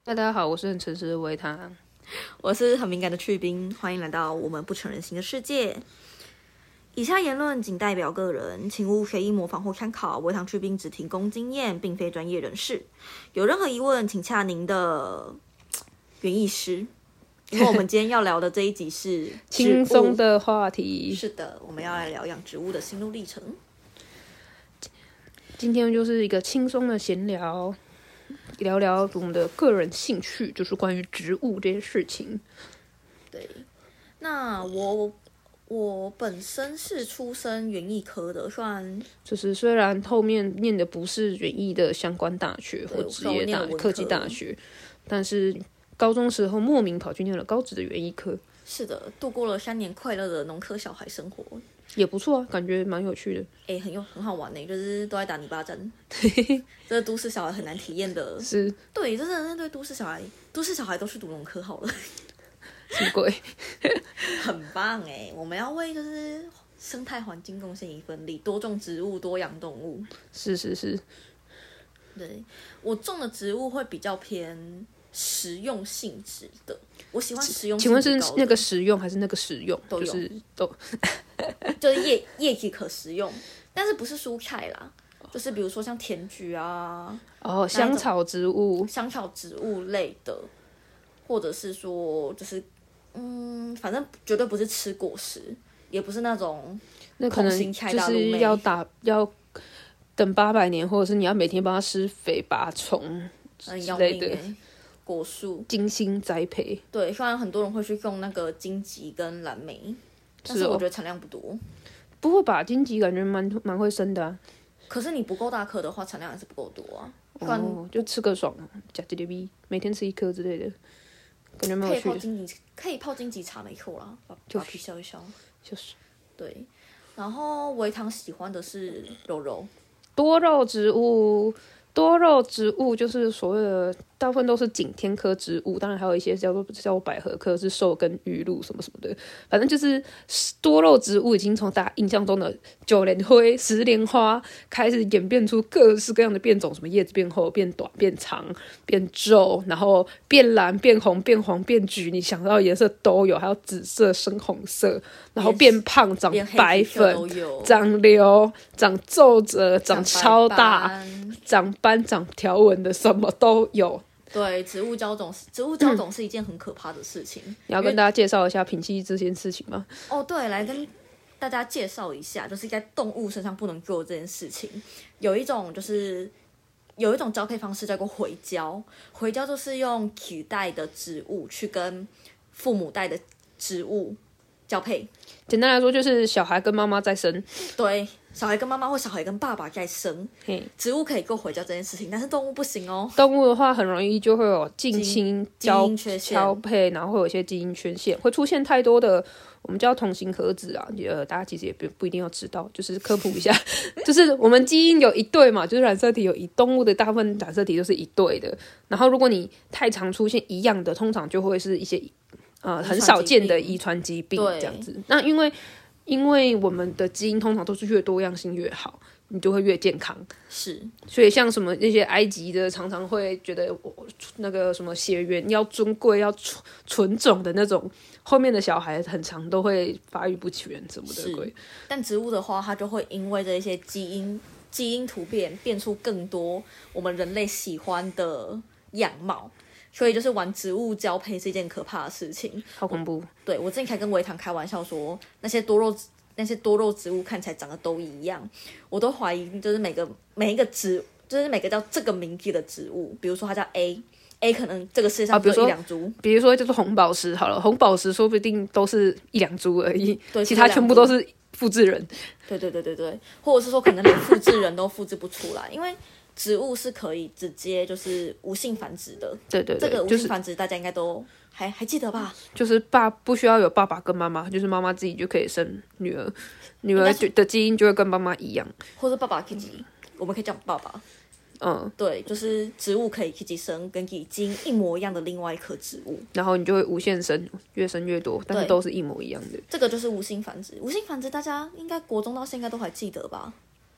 大家好，我是很诚实的维他。 我是很敏感的去冰，欢迎来到我们不成人形的世界。以下言论仅代表个人，请勿随意模仿或参考。维糖去冰只提供经验，并非专业人士。有任何疑问，请洽您的园艺师。因为我们今天要聊的这一集是轻松的话题。 是的，我们要来聊养植物的心路历程。 今天就是一个轻松的闲聊，聊聊我们的个人兴趣，就是关于植物这件事情。 对，那我本身是出身园艺科的， 就是虽然后面念的不是园艺的相关大学或职业科技大学，但是高中时候莫名跑去念了高职的园艺科。 是的，度过了3年快乐的农科小孩生活， 也不错啊，感觉蛮有趣的。 很好玩呢，就是都在打泥巴战。这都市小孩很难体验的。 是， 对，真的对都市小孩都去读农科好了。 什么鬼？ 很棒哎！我们要为就是生态环境贡献一份力，多种植物，多养动物。 是。 对，我种的植物会比较偏实用性质的，我喜欢实用性质高的。 请问是那个实用还是那个实用？ 都有， 就是就是叶子可食用，但是不是蔬菜啦，就是比如说像甜菊啊， 香草植物类的，或者是说就是反正绝对不是吃果实，也不是那种那可能就是要等800年，或者是你要每天帮它施肥拔虫之类的果树， 精心栽培。 对，虽然很多人会去用那个荆棘跟蓝莓，但是我觉得产量不多。 不会吧？荆棘感觉蛮会生的啊。 可是你不够大颗的话，产量还是不够多啊。 就吃个爽，加几粒米，每天吃1颗之类的，感觉蛮有趣的。 可以泡荆棘茶没错啦，把皮削一削。 就是。 对，然后维糖喜欢的是肉。 多肉植物就是所谓的大部分都是景天科植物，当然还有一些叫做百合科，是寿根玉露什么什么的。反正就是多肉植物已经从大家印象中的9连灰、10连花开始演变出各式各样的变种，什么叶子变厚、变短、变长、变皱，然后变蓝、变红、变黄、变橘，你想到的颜色都有，还有紫色、深红色，然后变胖、长白粉、长瘤、长皱褶、长超大、长斑、长条纹的，什么都有。 对，植物交种是一件很可怕的事情。 你要跟大家介绍一下品系这件事情吗？ 对，来跟大家介绍一下，就是在动物身上不能做这件事情。有一种交配方式叫做回交，回交就是用体代的植物去跟父母代的植物交配。 简单来说，就是小孩跟妈妈在生。 对，小孩跟妈妈或小孩跟爸爸在生。植物可以够回交这件事情，但是动物不行哦。 动物的话，很容易就会有近亲交配，然后会有一些基因缺陷，会出现太多的我们叫同型核子啊。大家其实也不一定要知道，就是科普一下，就是我们基因有一对嘛，就是染色体有动物的大部分染色体都是一对的。然后如果你太常出现一样的，通常就会是一些很少见的遗传疾病这样子。那因为我们的基因通常都是越多样性越好，你就会越健康。 是， 所以像什么那些埃及的，常常会觉得那个什么血缘要尊贵、要纯种的那种，后面的小孩很常都会发育不全什么的鬼。 但植物的话，它就会因为这些基因突变，变出更多我们人类喜欢的样貌。所以就是玩植物交配是一件可怕的事情， 好恐怖。 对，我之前还跟维糖开玩笑说，那些多肉植物看起来长得都一样，我都怀疑就是每一个就是每个叫这个名字的植物，比如说它叫 A 可能这个世界上只有1-2株， 比如说就是红宝石好了，红宝石说不定都是1-2株而已， 对， 其他全部都是复制人。 对，或者是说可能连复制人都复制不出来，因为植物是可以直接就是无性繁殖的。 对， 这个无性繁殖大家应该都还记得吧？ 就是不需要有爸爸跟妈妈，就是妈妈自己就可以生女儿，女儿的基因就会跟妈妈一样， 或者爸爸可以，我们可以叫爸爸。对，就是植物可以自己生跟基因一模一样的另外一棵植物， 然后你就会无限生，越生越多，但是都是一模一样的。 这个就是无性繁殖。无性繁殖大家应该国中到现在都还记得吧？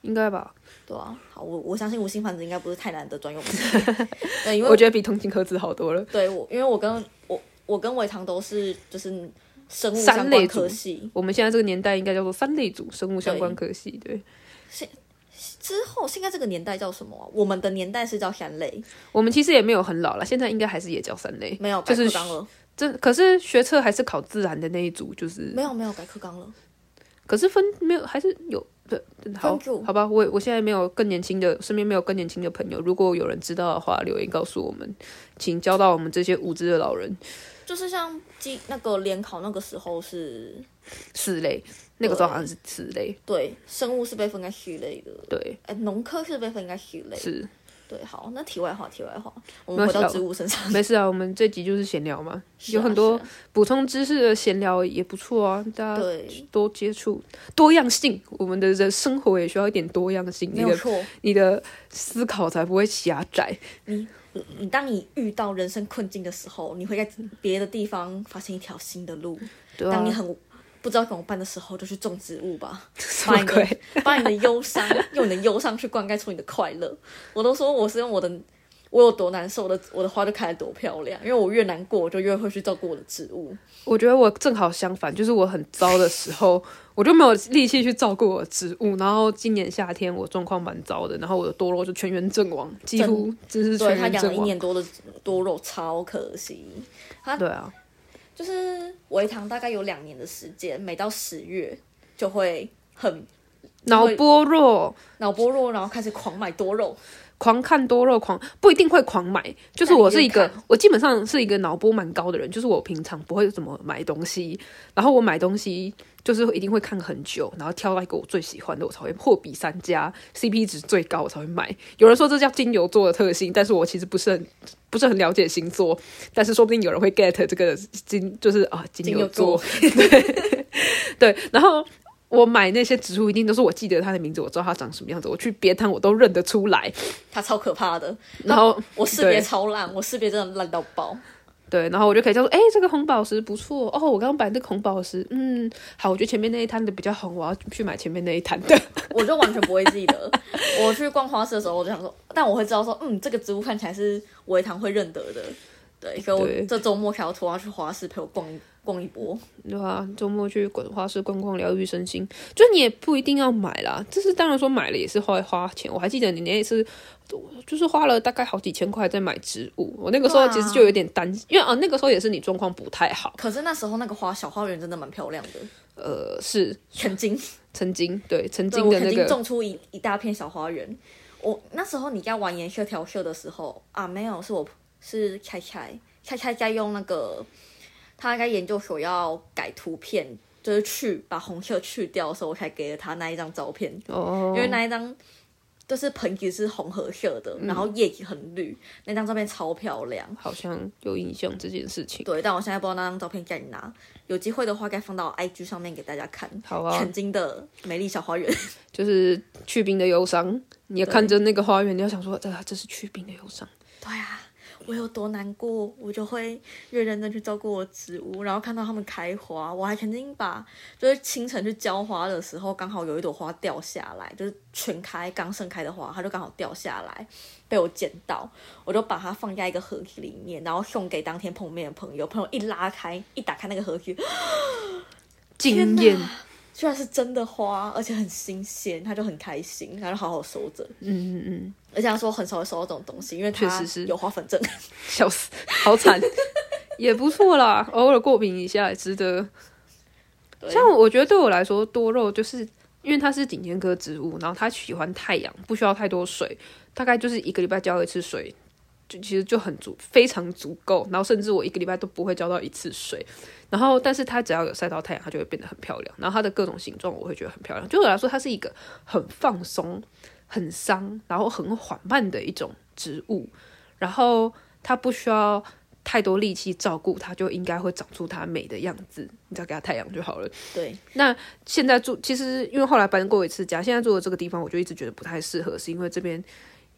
应该吧？ 对啊，好，我相信无性繁殖应该不是太难的专用名词。对，因为我觉得比同情科子好多了。 对因为我跟伟堂都是就是生物相关科系。 我们现在这个年代应该叫做三类组生物相关科系。对。 之后现在这个年代叫什么我们的年代是叫三类。 我们其实也没有很老了，现在应该还是也叫三类。 没有改课纲了。 可是学测还是考自然的那一组，就是没有改课纲了。 可是没有，还是有。好吧，我现在没有更年轻的，身边没有更年轻的朋友。如果有人知道的话，留言告诉我们，请教到我们这些无知的老人。 就是像那个联考那个时候是 4类，那个时候好像是4类。 对，生物是被分在序类的。 对， 农科是被分在序类。 是。 对，好，那题外话，我们回到植物身上。 没事啊，我们这集就是闲聊嘛，有很多补充知识的闲聊也不错啊，大家多接触多样性，我们的生活也需要一点多样性， 没有错， 你的思考才不会狭窄。 你当你遇到人生困境的时候，你会在别的地方发现一条新的路。 对啊， 当你很不知道怎么办的时候，就去种植物吧。把你的忧伤，用你的忧伤去灌溉出你的快乐。我都说我是用我有多难受我的花就开得多漂亮。因为我越难过，我就越会去照顾我的植物。 我觉得我正好相反，就是我很糟的时候，我就没有力气去照顾我的植物。然后今年夏天我状况蛮糟的，然后我的多肉就全员阵亡，几乎就是全员阵亡。 对，他养了1年多的多肉，超可惜。 对啊。 就是维糖大概有2年的时间，每到10月就会很脑波弱， 然后开始狂买多肉， 狂看多肉，不一定会狂买。就是我基本上是一个脑波蛮高的人，就是我平常不会怎么买东西，然后我买东西就是一定会看很久，然后挑到一个我最喜欢的，我才会货比三家 ，CP 值最高我才会买。有人说这叫金牛座的特性，但是我其实不是很了解星座，但是说不定有人会 get 这个金牛座，对，然后我买那些植物一定都是我记得它的名字，我知道它长什么样子，我去别摊我都认得出来，它超可怕的。 然后我识别超烂，我识别真的烂到爆。 对，然后我就可以叫说，这个红宝石不错哦，我刚刚买那个红宝石，好，我觉得前面那一摊的比较红，我要去买前面那一摊的。 我就完全不会记得。我去逛花市的时候，我就想说，但我会知道说，这个植物看起来是维糖会认得的。对，所以我这周末才要拖他去花市陪我逛一波。 对啊，周末去花市逛，疗愈身心。就你也不一定要买啦，这是当然说买了也是会花钱。我还记得你那一次就是花了大概好几千块在买植物，我那个时候其实就有点担心，因为那个时候也是你状况不太好。 可是那时候那个小花园真的蛮漂亮的。是曾经对曾经的那个，我曾经种出一大片小花园。我那时候你在玩颜色调色的时候啊，没有，是菜在用那个，他在研究所要改图片，就是把红色去掉的时候，我才给了他那一张照片。因为那一张就是盆子是红褐色的，然后叶子很绿，那张照片超漂亮。 好像有印象这件事情。 对，但我现在不知道那张照片在哪，有机会的话该放到 IG 上面给大家看。 好啊， 曾经的美丽小花园， 就是去冰的忧伤。你也看着那个花园，你要想说，这是去冰的忧伤。 对啊。我有多难过，我就会越认真去照顾我的植物，然后看到它们开花。我还曾经就是清晨去浇花的时候，刚好有一朵花掉下来，就是全开刚盛开的花，它就刚好掉下来，被我捡到，我就把它放在一个盒子里面，然后送给当天碰面的朋友。朋友一打开那个盒子， 惊艳！ 居然是真的花，而且很新鲜，他就很开心，他就好好收着。而且他说很少会收到这种东西，因为他有花粉症。 笑死，好惨，也不错啦，偶尔过敏一下也值得。像我觉得对我来说，多肉就是因为它是景天科植物，然后它喜欢太阳，不需要太多水，大概就是1个礼拜浇1次水，其实就很非常足够。然后甚至我1个礼拜都不会浇到1次水。然后，但是它只要有晒到太阳，它就会变得很漂亮。然后它的各种形状，我会觉得很漂亮。对我来说，它是一个很放松、很桑，然后很缓慢的一种植物。然后它不需要太多力气照顾，它就应该会长出它美的样子。你只要给它太阳就好了。 对。 那现在其实因为后来搬过一次家，现在住的这个地方，我就一直觉得不太适合，是因为这边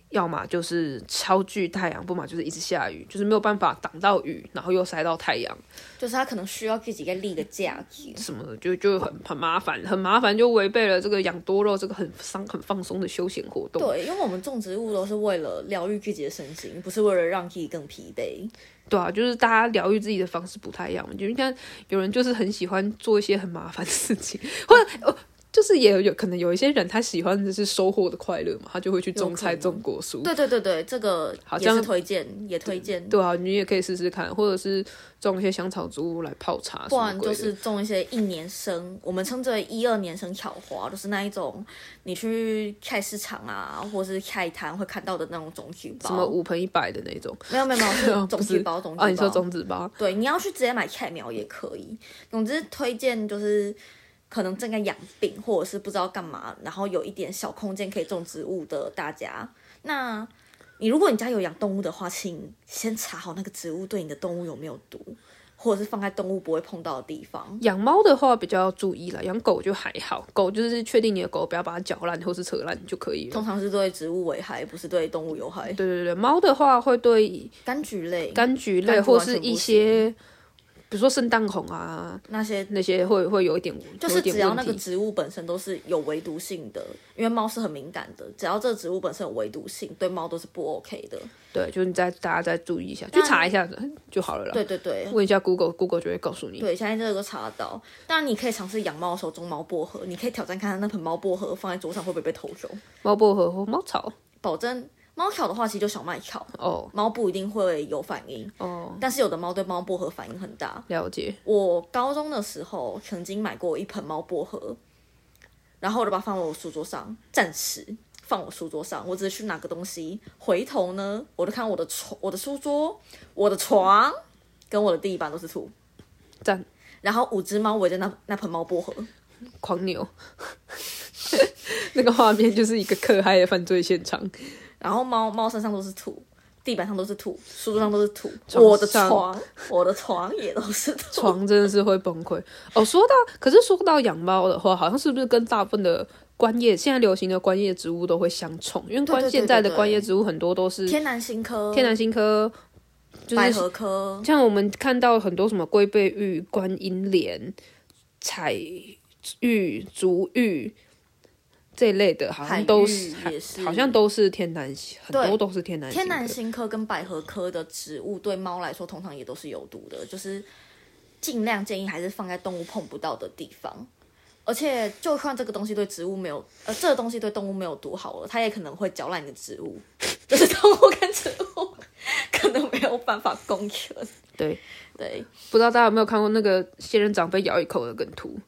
要么就是超巨太阳，不嘛就是一直下雨，就是没有办法挡到雨，然后又晒到太阳， 就是他可能需要自己再立个架子什么的，就很麻烦，很麻烦，就违背了这个养多肉这个很放松的休闲活动。 对，因为我们种植物都是为了疗愈自己的身心，不是为了让自己更疲惫。 对啊，就是大家疗愈自己的方式不太一样，就你看有人就是很喜欢做一些很麻烦的事情，或者就是也有可能有一些人他喜欢的是收获的快乐嘛，他就会去种菜种果树。 对对对对，这个也是推荐，也推荐。 对啊，你也可以试试看，或者是种一些香草植物来泡茶， 不然就是种一些1年生，我们称之为1、2年生巧花，就是那一种你去菜市场啊，或是菜摊会看到的那种种子包， 什么5盆100的那种。 没有，是种子包，种子包。 你说种子包？ 对，你要去直接买菜苗也可以。总之推荐就是可能正在养病，或者是不知道干嘛，然后有一点小空间可以种植物的大家，那如果你家有养动物的话，请先查好那个植物对你的动物有没有毒，或者是放在动物不会碰到的地方。 养猫的话比较要注意啦，养狗就还好，狗就是确定你的狗不要把它搅烂或是扯烂就可以了。 通常是对植物危害，不是对动物有害。 对对对，猫的话会对柑橘类或是一些。比如说圣诞红啊，那些会有一点， 就是只要那个植物本身都是有围毒性的，因为猫是很敏感的，只要这个植物本身有围毒性，对猫都是不 OK 的。 对，就是大家再注意一下，去查一下就好了啦。 对对对， 问一下 Google 就会告诉你。 对，现在这个都查得到。当然，你可以尝试养猫的时候种猫薄荷，你可以挑战看看那盆猫薄荷放在桌上会不会被偷走。 猫薄荷或猫草， 保证。猫草的话，其实就小麦草哦， 猫不一定会有反应哦，但是有的猫对猫薄荷反应很大。 了解。 我高中的时候曾经买过一盆猫薄荷，然后我就把它放在我书桌上，暂时放我书桌上。我只是去拿个东西，回头呢，我就看我的书桌、我的床跟我的地板都是土， 赞。 然后5只猫围着那盆猫薄荷， 狂扭。那个画面就是一个可嗨的犯罪现场。 然后猫身上都是土，地板上都是土，书桌上都是土，我的床也都是土。 床真的是会崩溃哦。可是说到养猫的话，好像是不是跟大部分的现在流行的观叶植物都会相冲？因为现在的观叶植物很多都是天南星科， 就是百合科， 像我们看到很多什么龟背芋、观音莲、彩玉、竹芋。这一类的好像都是天南，很多都是天南星科。 天南星科跟百合科的植物对猫来说通常也都是有毒的，就是尽量建议还是放在动物碰不到的地方。而且就算这个东西对植物没有，这个东西对动物没有毒好了，它也可能会搅烂你的植物，就是动物跟植物可能没有办法共存。 对， 不知道大家有没有看过那个仙人掌被咬一口的梗图？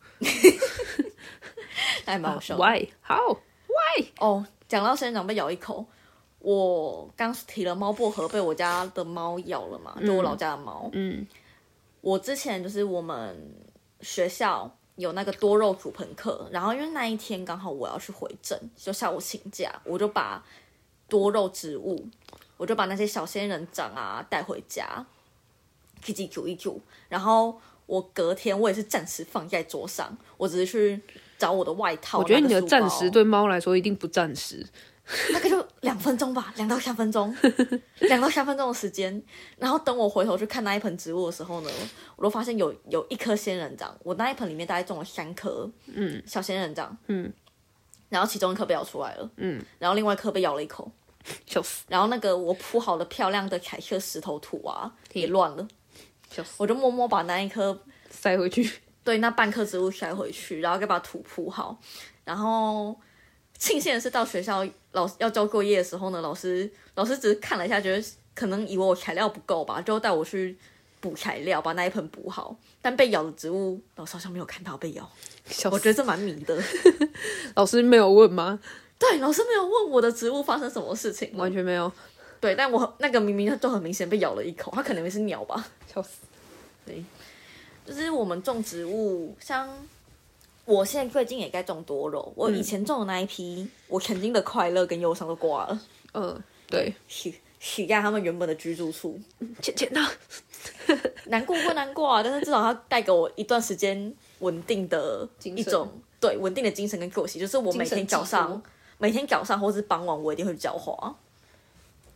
还蛮好笑。 Why？ How？Why？ 哦，讲到仙人掌被咬一口，我刚提了猫薄荷被我家的猫咬了嘛，就我老家的猫。我之前就是我们学校有那个多肉骨盆课，然后因为那一天刚好我要去回诊，就下午请假，我就把多肉植物，我就把那些小仙人掌啊带回家，自己煮一煮，然后我隔天我也是暂时放在桌上，我只是去找我的外套。 我觉得你的暂时对猫来说一定不暂时， 大概就2分钟吧，2到3分钟，2到3分钟的时间。然后等我回头去看那一盆植物的时候呢，我都发现有一颗仙人掌，我那一盆里面大概种了3颗，小仙人掌，然后其中一颗被咬出来了，然后另外一颗被咬了一口， 笑死。 然后那个我铺好的漂亮的彩色石头土啊也乱了，笑死。我就默默把那一颗塞回去。 对，那半颗植物塞回去，然后再把土铺好。然后庆幸的是，到学校要交作业的时候呢，老师只是看了一下，觉得可能以为我材料不够吧，就带我去补材料，把那一盆补好。但被咬的植物，老师好像没有看到被咬，我觉得这蛮迷的。 老师没有问吗？ 对，老师没有问我的植物发生什么事情， 完全没有。 对，但我那个明明就很明显被咬了一口，它可能会是鸟吧， 笑死。 对。就是我们种植物，像我现在最近也该种多肉。我以前种的那一批，我曾经的快乐跟忧伤都挂了。 对， 许下他们原本的居住处。 捡到， 难过归难过啊，但是至少它带给我一段时间稳定的一种稳定的精神跟作息。就是我每天早上或是傍晚，我一定会去浇花。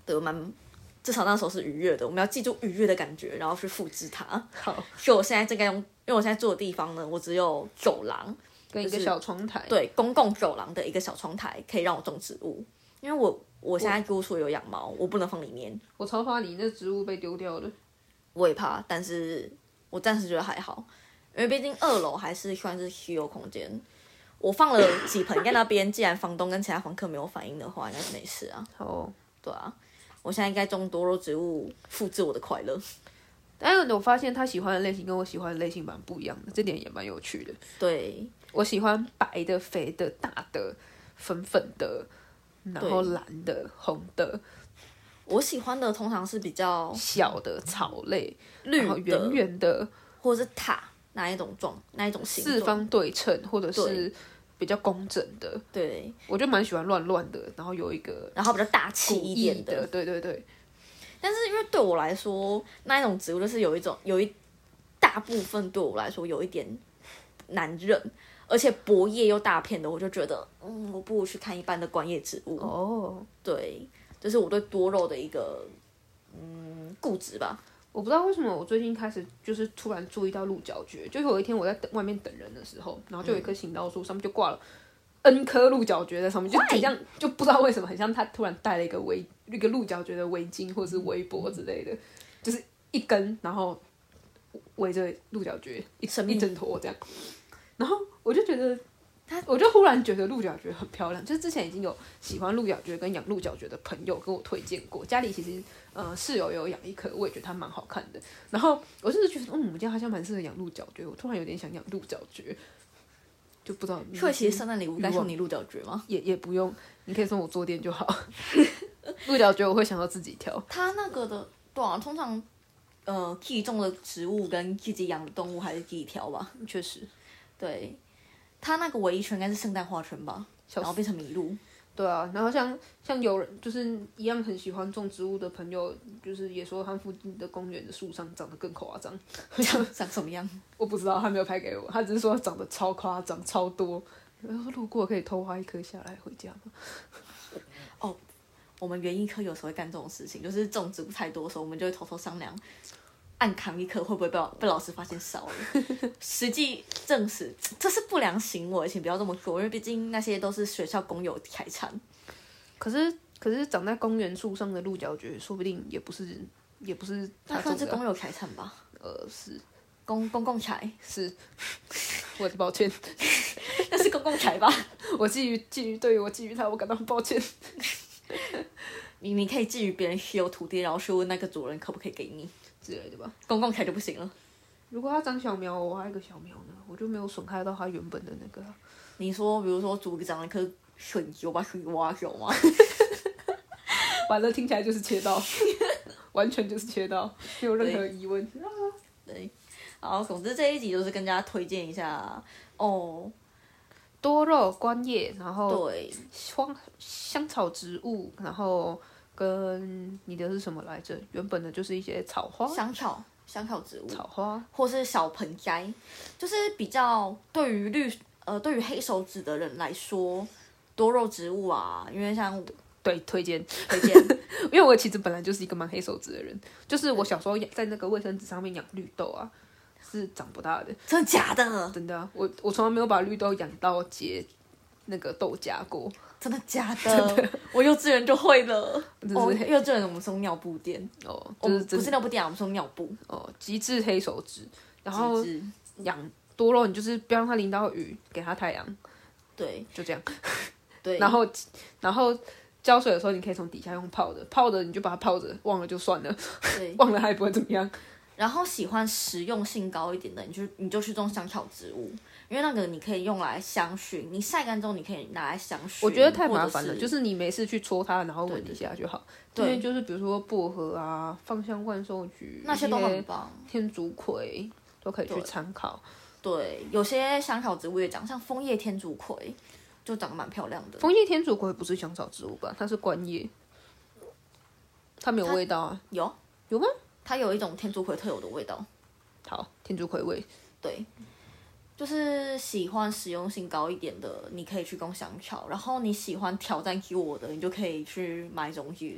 对，至少那时候是愉悦的，我们要记住愉悦的感觉，然后去复制它。 好， 所以我现在正在用，因为我现在住的地方呢，我只有走廊跟一个小窗台。 对，公共走廊的一个小窗台可以让我种植物，因为我现在住处有养猫，我不能放里面。 我超怕你那植物被丢掉了。 我也怕，但是我暂时觉得还好，因为毕竟2楼还是算是虚有空间。我放了几盆在那边，既然房东跟其他房客没有反应的话，应该是没事啊。 好， 对啊，我现在应该种多肉植物，复制我的快乐。 但是我发现他喜欢的类型跟我喜欢的类型蛮不一样的，这点也蛮有趣的。 对， 我喜欢白的、肥的、大的、粉粉的，然后蓝的、红的。 我喜欢的通常是比较小的草类， 绿的然后圆圆的， 或者是塔那一种形状， 四方对称，或者是比较工整的。 对， 我就蛮喜欢乱乱的，然后有一个然后比较大气一点的，对对对。 但是因为对我来说，那一种植物就是有一大部分对我来说有一点难认，而且薄叶又大片的，我就觉得，我不如去看一般的观叶植物。 哦， 对，这是我对多肉的一个固执吧。 我不知道为什么我最近开始就是突然注意到鹿角蕨，就有一天我在外面等人的时候，然后就有一棵行道树上面就挂了 N 颗鹿角蕨在上面，就很像，就不知道为什么很像他突然戴了一个鹿角蕨的围巾或者是围脖之类的，就是一根，然后围着鹿角蕨一整坨这样，然后我就觉得。我就忽然觉得鹿角蕨很漂亮，就是之前已经有喜欢鹿角蕨跟养鹿角蕨的朋友跟我推荐过，家里其实室友有养一棵，我也觉得它蛮好看的。然后我就是觉得，我们家好像蛮适合养鹿角蕨，我突然有点想养鹿角蕨，就不知道。 会其实圣诞礼物该送你鹿角蕨吗？ 也不用，你可以送我坐垫就好。鹿角蕨我会想要自己挑。 它那个的，对啊，通常自己种的植物跟自己养的动物还是自己挑吧。 确实， 对。它那个围一圈应该是圣诞花圈吧，然后变成麋鹿。 对啊，然后像有人就是一样很喜欢种植物的朋友，就是也说他附近的公园的树上长得更夸张。 长什么样？ 我不知道，他没有拍给我，他只是说长得超夸张、超多。然后路过可以偷挖一颗下来回家吗？ 哦，我们园艺科有时候会干这种事情，就是种植物太多的时候，我们就会偷偷商量。按砍一颗会不会被老师发现少了？实际证实这是不良行为，请不要这么做，因为毕竟那些都是学校公有财产。 可是长在公园树上的鹿角蕨，说不定也不是那算是公有财产吧？ 是公共财是，我的抱歉， 那是公共财吧？ 我基于他，我感到很抱歉。 你可以基于别人稀有土地，然后去问那个主人可不可以给你。 之类的吧， 公共财就不行了。 如果它长小苗，我挖一个小苗呢，我就没有损害到它原本的那个。 你说，比如说主长了一棵笋就把水挖走吗？ 完了，听起来就是切到，完全就是切到，没有任何疑问。 对，好，总之这一集就是跟大家推荐一下多肉观叶，然后对香草植物，然后。跟你的是什么来着？原本的就是一些草花、 香草植物、 草花， 或是小盆栽，就是比较对于对于黑手指的人来说，多肉植物啊，因为像对推荐，因为我其实本来就是一个蛮黑手指的人，就是我小时候在那个卫生纸上面养绿豆啊，是长不大的， 真的假的？ 真的啊，我从来没有把绿豆养到结那个豆荚过。 真的假的？我幼稚园就会了。幼稚园我们是用尿布垫。就是不是尿布垫，我们是用尿布。 极致黑手指。然后养多肉，你就是不要让它淋到雨，给它太阳。 对， 就这样。 对。 然后浇水的时候，你可以从底下用泡的你就把它泡着，忘了就算了。 对。 忘了它也不会怎么样。 然后喜欢实用性高一点的，你就去种香草植物。因为那个你可以用来香薰，你晒干之后你可以拿来香薰。 我觉得太麻烦了，就是你没事去戳它，然后闻一下就好。 对， 就是比如说薄荷啊、芳香万寿菊那些都很棒， 天竺葵都可以去参考。 对，有些香草植物也长，像枫叶天竺葵就长得蛮漂亮的。 枫叶天竺葵不是香草植物吧？它是观叶，它没有味道啊？ 有吗？ 它有一种天竺葵特有的味道。 好，天竺葵味。 对。就是喜欢实用性高一点的，你可以去种香草；然后你喜欢挑战自我的，你就可以去买种子，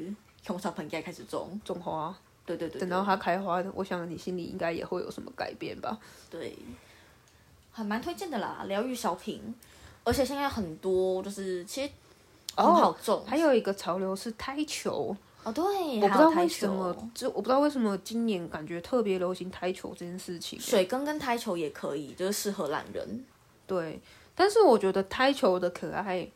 从小盆栽开始种。 种花， 对对对， 等到它开花，我想你心里应该也会有什么改变吧？ 对，还蛮推荐的啦，疗愈小品。而且现在很多就是其实很好种。 还有一个潮流是胎球。 哦，对， 我不知道为什么，我不知道为什么今年感觉特别流行胎球这件事情。 水根跟胎球也可以，就是适合懒人。 对，但是我觉得胎球的可爱，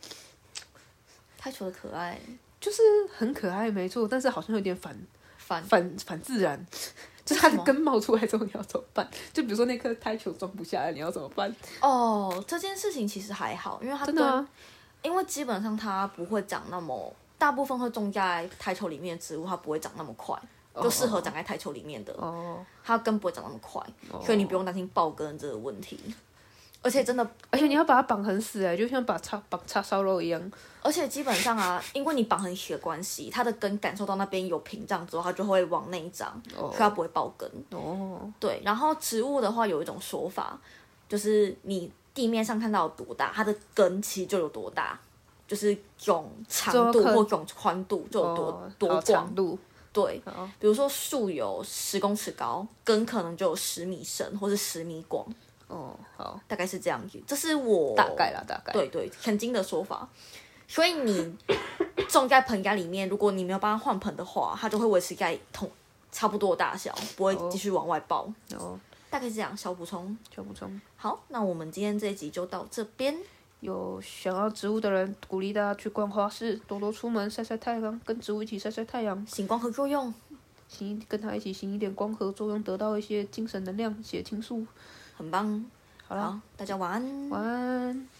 就是很可爱，没错，但是好像有点反自然。就是它的根冒出来之后，你要怎么办？就比如说那颗胎球装不下来，你要怎么办？ 哦，这件事情其实还好，因为它真的啊， 因为基本上它不会长那么，大部分会种在胎球里面的植物，它不会长那么快，就适合长在胎球里面的。哦，它根不会长那么快，所以你不用担心爆根这个问题。而且你要把它绑很死就像绑叉烧肉一样。 而且基本上啊，因为你绑很死的关系，它的根感受到那边有屏障之后，它就会往内长，所以它不会爆根。哦，对。然后植物的话，有一种说法，就是你地面上看到有多大，它的根其实就有多大，就是种长度或种宽度就有多广度。对，比如说树有10公尺高，根可能就有10米深或是10米广。 哦，好， 大概是这样子，这是我大概。 对对，曾经的说法。所以你种在盆栽里面，如果你没有帮它换盆的话，它就会维持在差不多的大小，不会继续往外爆。哦，大概是这样，小补充。好，那我们今天这一集就到这边。 有想要植物的人，鼓励大家去逛花市，多多出门晒晒太阳，跟植物一起晒晒太阳， 行光合作用， 跟它一起行一点光合作用，得到一些精神能量、血清素。 很棒，好，大家晚安。 晚安。